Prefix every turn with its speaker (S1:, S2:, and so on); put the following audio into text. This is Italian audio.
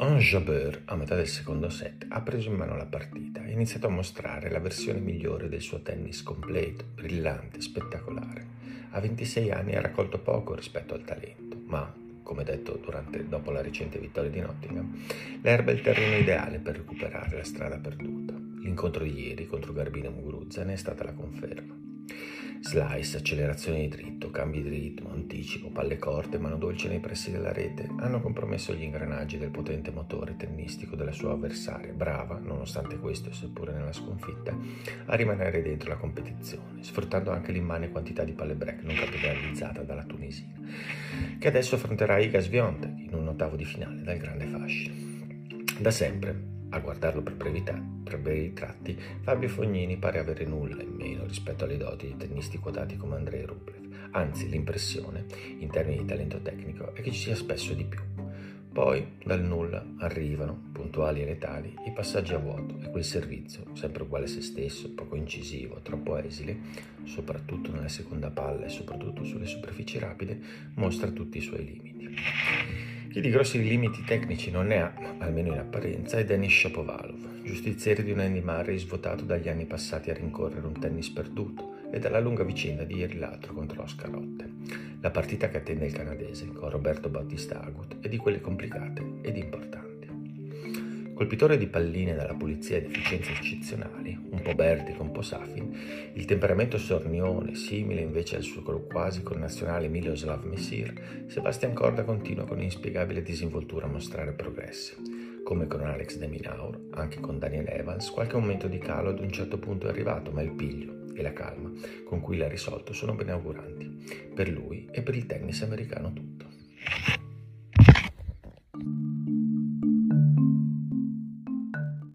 S1: Un Jabeur, a metà del secondo set, ha preso in mano la partita e ha iniziato a mostrare la versione migliore del suo tennis completo, brillante, spettacolare. A 26 anni ha raccolto poco rispetto al talento, ma, come detto dopo la recente vittoria di Nottingham, l'erba è il terreno ideale per recuperare la strada perduta. L'incontro di ieri contro Garbine Muguruza ne è stata la conferma. Slice, accelerazione di dritto, cambi di ritmo, anticipo, palle corte, mano dolce nei pressi della rete hanno compromesso gli ingranaggi del potente motore tennistico della sua avversaria, brava, nonostante questo, seppure nella sconfitta, a rimanere dentro la competizione, sfruttando anche l'immane quantità di palle break non capitalizzata dalla tunisina, che adesso affronterà Iga Swiatek in un ottavo di finale dal grande fascino. Da sempre, a guardarlo per brevi tratti, Fabio Fognini pare avere nulla in meno rispetto alle doti di tennisti quotati come Andrei Rublev. Anzi, l'impressione, in termini di talento tecnico, è che ci sia spesso di più. Poi, dal nulla, arrivano, puntuali e letali, i passaggi a vuoto e quel servizio, sempre uguale a se stesso, poco incisivo, troppo esile, soprattutto nella seconda palla e soprattutto sulle superfici rapide, mostra tutti i suoi limiti. Chi di grossi limiti tecnici non ne ha, almeno in apparenza, è Denis Shapovalov, giustiziere di un Andy Murray svuotato dagli anni passati a rincorrere un tennis perduto e dalla lunga vicenda di ieri l'altro contro Oscar Otte. La partita che attende il canadese con Roberto Bautista Agut è di quelle complicate ed importanti. Colpitore di palline dalla pulizia ed efficienza eccezionali, un po' Berdic, un po' Safin, il temperamento sornione, simile invece al suo quasi connazionale Miloslav Messir, Sebastian Korda continua con inspiegabile disinvoltura a mostrare progressi. Come con Alex de Minaur, anche con Daniel Evans, qualche momento di calo ad un certo punto è arrivato, ma il piglio e la calma con cui l'ha risolto sono benauguranti, per lui e per il tennis americano tutto.